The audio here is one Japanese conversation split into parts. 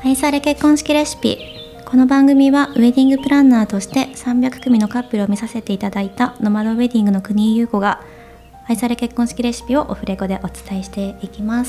愛され結婚式レシピ。この番組はウェディングプランナーとして300組のカップルを見させていただいたノマドウェディングの国井優子が愛され結婚式レシピをオフレコでお伝えしていきます。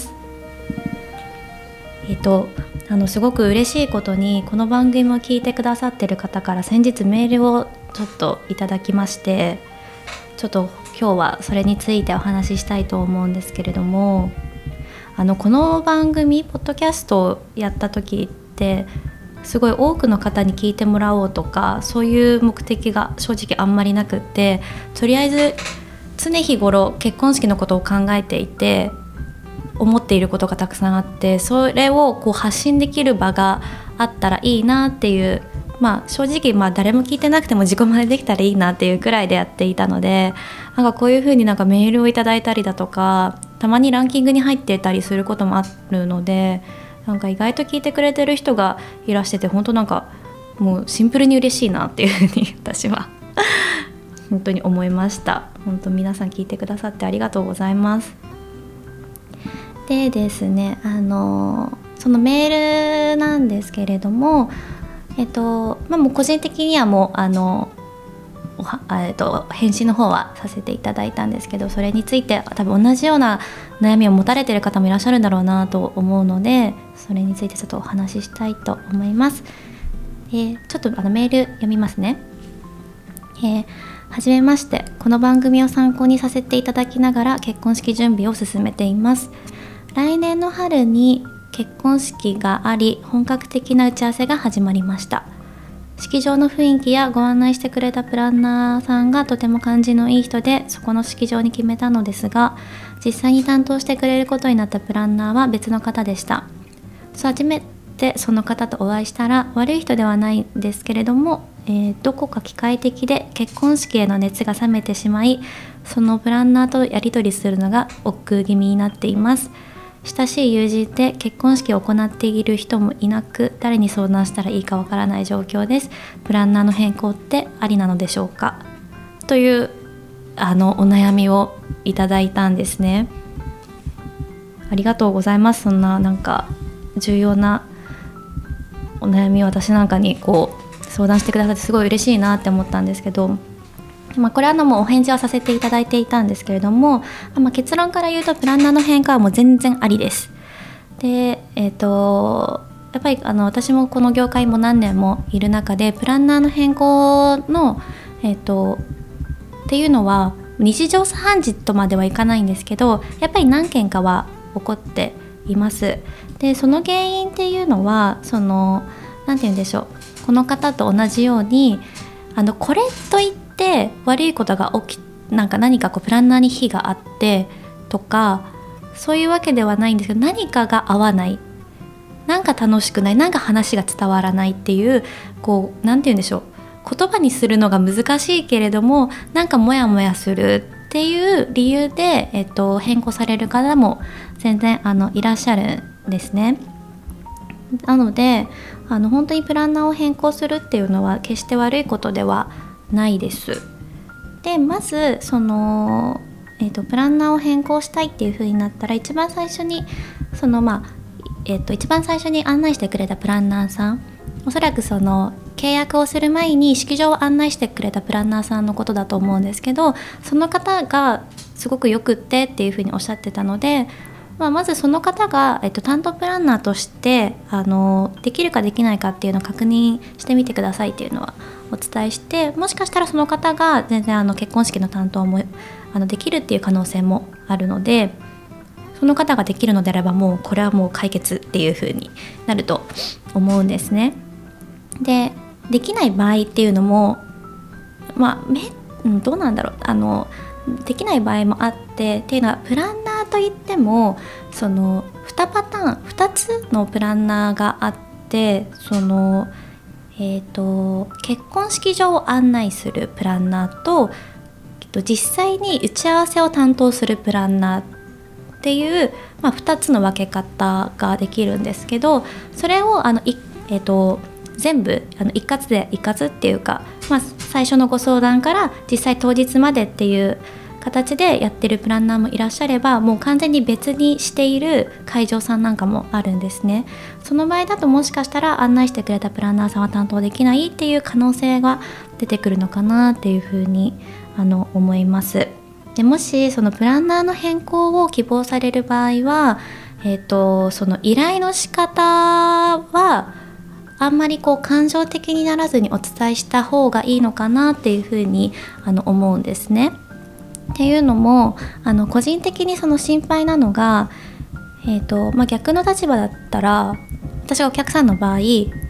すごく嬉しいことにこの番組を聞いてくださっている方から先日メールをちょっといただきまして、ちょっと今日はそれについてお話ししたいと思うんですけれども、この番組ポッドキャストをやった時ってすごい多くの方に聞いてもらおうとかそういう目的が正直あんまりなくって、とりあえず常日頃結婚式のことを考えていて思っていることがたくさんあって、それを発信できる場があったらいいなっていう、正直誰も聞いてなくても自己真似できたらいいなっていうくらいでやっていたので、こういうふうにメールをいただいたりだとか、たまにランキングに入っていたりすることもあるので、意外と聞いてくれてる人がいらしてて、本当もうシンプルに嬉しいなっていうふうに私は本当に思いました。本当皆さん聞いてくださってありがとうございます。でですね、そのメールなんですけれども、もう個人的にはもう返信の方はさせていただいたんですけど、それについて多分同じような悩みを持たれている方もいらっしゃるんだろうなと思うので、それについてちょっとお話ししたいと思います。ちょっとメール読みますね。はじめまして。この番組を参考にさせていただきながら結婚式準備を進めています。来年の春に結婚式があり、本格的な打ち合わせが始まりました。式場の雰囲気やご案内してくれたプランナーさんがとても感じのいい人で、そこの式場に決めたのですが、実際に担当してくれることになったプランナーは別の方でした。初めてその方とお会いしたら、悪い人ではないんですけれども、どこか機械的で結婚式への熱が冷めてしまい、そのプランナーとやり取りするのが億劫気味になっています。親しい友人で結婚式を行っている人もいなく、誰に相談したらいいかわからない状況です。プランナーの変更ってありなのでしょうか、というお悩みをいただいたんですね。ありがとうございます。そんな重要なお悩みを私なんかに相談してくださってすごい嬉しいなって思ったんですけど、これはもうお返事はさせていただいていたんですけれども、結論から言うとプランナーの変化はもう全然ありです。で、やっぱり私もこの業界も何年もいる中で、プランナーの変更の、っていうのは日常茶飯事とまではいかないんですけど、やっぱり何件かは起こっています。で、その原因っていうのはなんて言うんでしょう、この方と同じようにこれといって悪いことが起き何かプランナーに非があってとかそういうわけではないんですけど、何かが合わない、楽しくない、話が伝わらないっていうなんて言うんでしょう、言葉にするのが難しいけれどもモヤモヤするっていう理由で、変更される方も全然いらっしゃるんですね。なので本当にプランナーを変更するっていうのは決して悪いことではないです。で、まずプランナーを変更したいっていう風になったら、一番最初に案内してくれたプランナーさん、おそらく契約をする前に式場を案内してくれたプランナーさんのことだと思うんですけど、その方がすごくよくってっていう風におっしゃってたので、まずその方が、担当プランナーとしてできるかできないかっていうのを確認してみてくださいっていうのはお伝えして、もしかしたらその方が全然結婚式の担当もできるっていう可能性もあるので、その方ができるのであればもうこれはもう解決っていう風になると思うんですね。できない場合っていうのもどうなんだろう、できない場合もあってっていうのは、プランナーといっても2パターン2つのプランナーがあって、結婚式場を案内するプランナーと、実際に打ち合わせを担当するプランナーっていう、2つの分け方ができるんですけど、それを全部一括っていうか、最初のご相談から実際当日までっていう形でやってるプランナーもいらっしゃれば、もう完全に別にしている会場さんなんかもあるんですね。その場合だともしかしたら案内してくれたプランナーさんは担当できないっていう可能性が出てくるのかなっていうふうに思います。でもしそのプランナーの変更を希望される場合は、その依頼の仕方はあんまり感情的にならずにお伝えした方がいいのかなっていうふうに思うんですね。っていうのも個人的にその心配なのが、逆の立場だったら、私がお客さんの場合、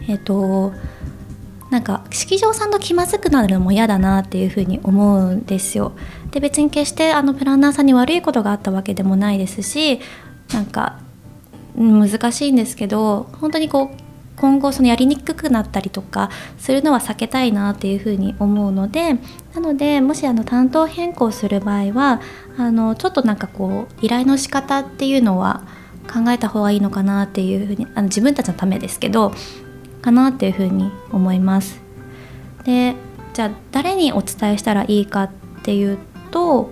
なんか式場さんと気まずくなるのも嫌だなっていうふうに思うんですよ。で別に決してプランナーさんに悪いことがあったわけでもないですし、なんか難しいんですけど、本当に今後やりにくくなったりとかするのは避けたいなっていうふうに思うので、なのでもし担当変更する場合はちょっと依頼の仕方っていうのは考えた方がいいのかなっていうふうに自分たちのためですけどかなっていうふうに思います。でじゃあ誰にお伝えしたらいいかっていうと、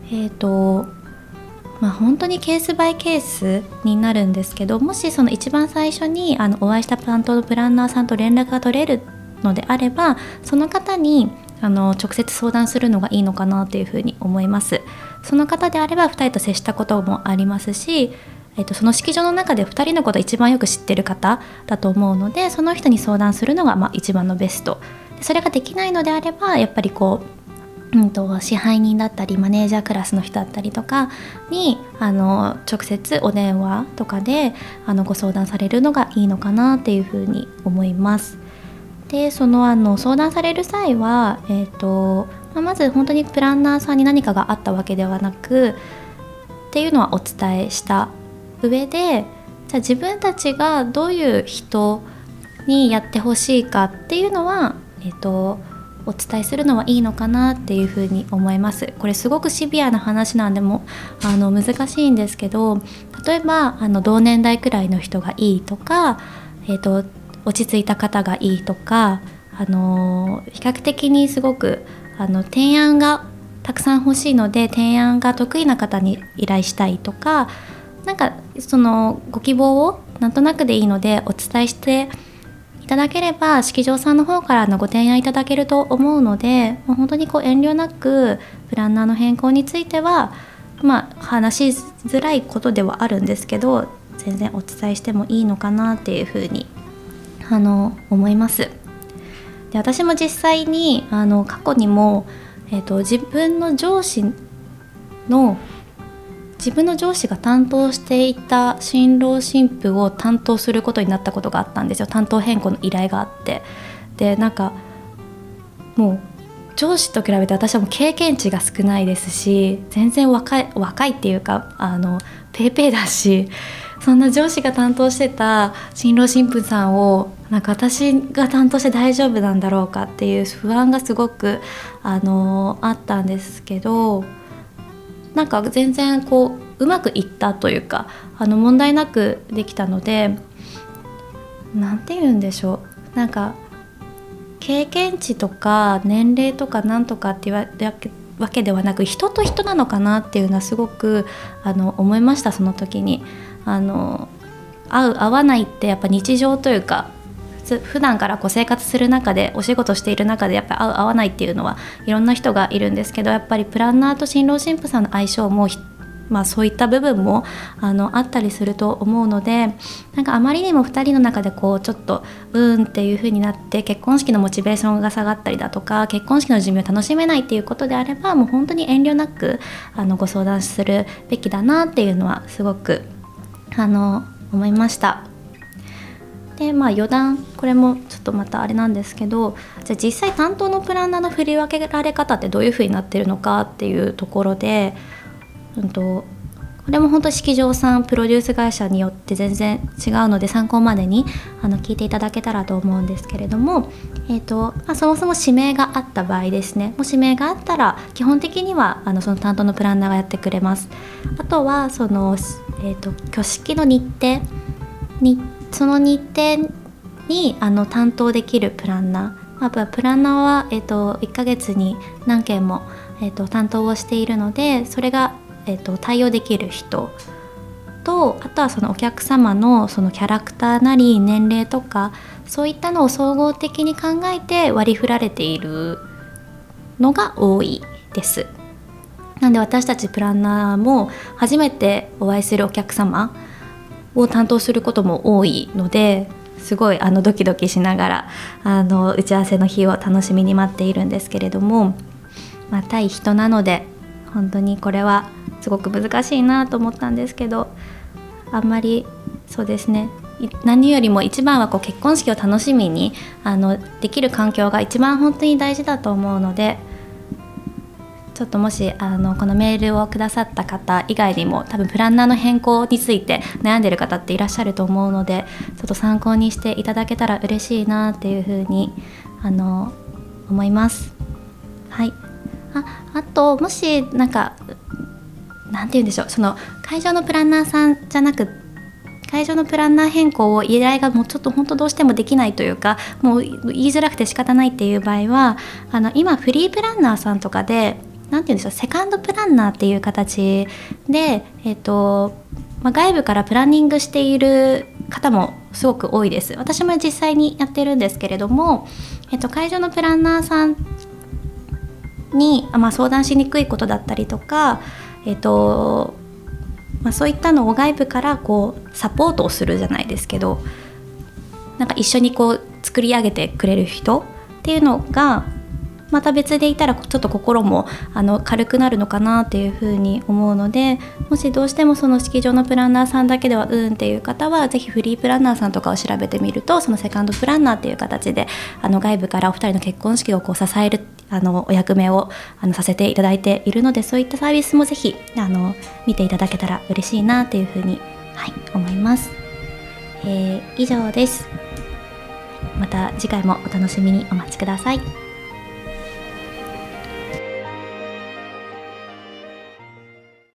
本当にケースバイケースになるんですけど、もしその一番最初にお会いした担当のプランナーさんと連絡が取れるのであれば、その方に直接相談するのがいいのかなというふうに思います。その方であれば2人と接したこともありますし、その式場の中で2人のことを一番よく知ってる方だと思うので、その人に相談するのが一番のベスト。それができないのであればやっぱり支配人だったりマネージャークラスの人だったりとかに直接お電話とかでご相談されるのがいいのかなっていうふうに思います。でその相談される際は、まず本当にプランナーさんに何かがあったわけではなくっていうのはお伝えした上で、じゃあ自分たちがどういう人にやってほしいかっていうのは、お伝えするのはいいのかなっていうふうに思います。これすごくシビアな話なんでも難しいんですけど、例えば同年代くらいの人がいいとか、落ち着いた方がいいとか、比較的にすごく提案がたくさん欲しいので提案が得意な方に依頼したいとか、なんかそのご希望をなんとなくでいいのでお伝えしていただければ、式場さんの方からご提案いただけると思うので、もう本当に遠慮なくプランナーの変更については話しづらいことではあるんですけど、全然お伝えしてもいいのかなっていうふうに思います。で私も実際に過去にも、自分の上司が担当していた新郎新婦を担当することになったことがあったんですよ。担当変更の依頼があって、でもう上司と比べて私はもう経験値が少ないですし、全然若いっていうかペーペーだし、そんな上司が担当してた新郎新婦さんを私が担当して大丈夫なんだろうかっていう不安がすごくあったんですけど、全然うまくいったというか問題なくできたので、なんて言うんでしょう、経験値とか年齢とかなんとかっていうわけではなく、人と人なのかなっていうのはすごく思いました。その時に合う合わないってやっぱ日常というか普段から生活する中でお仕事している中でやっぱ合う合わないっていうのはいろんな人がいるんですけど、やっぱりプランナーと新郎新婦さんの相性もそういった部分もあったりすると思うので、あまりにも2人の中でちょっとっていう風になって結婚式のモチベーションが下がったりだとか、結婚式の準備を楽しめないっていうことであれば、もう本当に遠慮なくご相談するべきだなっていうのはすごく思いました。で余談、これもちょっとまたあれなんですけど、じゃあ実際担当のプランナーの振り分けられ方ってどういう風になってるのかっていうところで、これも本当式場さんプロデュース会社によって全然違うので参考までに聞いていただけたらと思うんですけれども、そもそも指名があった場合ですね、もう指名があったら基本的にはその担当のプランナーがやってくれます。あとは挙式の日程にその日程に担当できるプランナやっぱプランナーは、1ヶ月に何件も、担当をしているので、それが、対応できる人と、あとはそのお客様のそのキャラクターなり年齢とか、そういったのを総合的に考えて割り振られているのが多いです。なんで私たちプランナーも初めてお会いするお客様を担当することも多いので、すごいドキドキしながら打ち合わせの日を楽しみに待っているんですけれども、対人なので本当にこれはすごく難しいなと思ったんですけど、あんまりそうですね、何よりも一番は結婚式を楽しみにできる環境が一番本当に大事だと思うので、ちょっともしこのメールをくださった方以外にも多分プランナーの変更について悩んでる方っていらっしゃると思うので、ちょっと参考にしていただけたら嬉しいなっていうふうに思います。はい。あともしなんて言うんでしょう、その会場のプランナーさんじゃなく、会場のプランナー変更を依頼がもうちょっと本当どうしてもできないというか、もう言いづらくて仕方ないっていう場合は、今フリープランナーさんとかでなんて言うんでしょう、セカンドプランナーっていう形で、外部からプランニングしている方もすごく多いです。私も実際にやってるんですけれども、会場のプランナーさんに、相談しにくいことだったりとか、そういったのを外部からサポートをするじゃないですけど、一緒に作り上げてくれる人っていうのがまた別でいたら、ちょっと心も軽くなるのかなっていうふうに思うので、もしどうしてもその式場のプランナーさんだけではっていう方は、ぜひフリープランナーさんとかを調べてみると、そのセカンドプランナーっていう形で外部からお二人の結婚式を支えるお役目をさせていただいているので、そういったサービスもぜひ見ていただけたら嬉しいなというふうに、思います。以上です。また次回もお楽しみにお待ちください。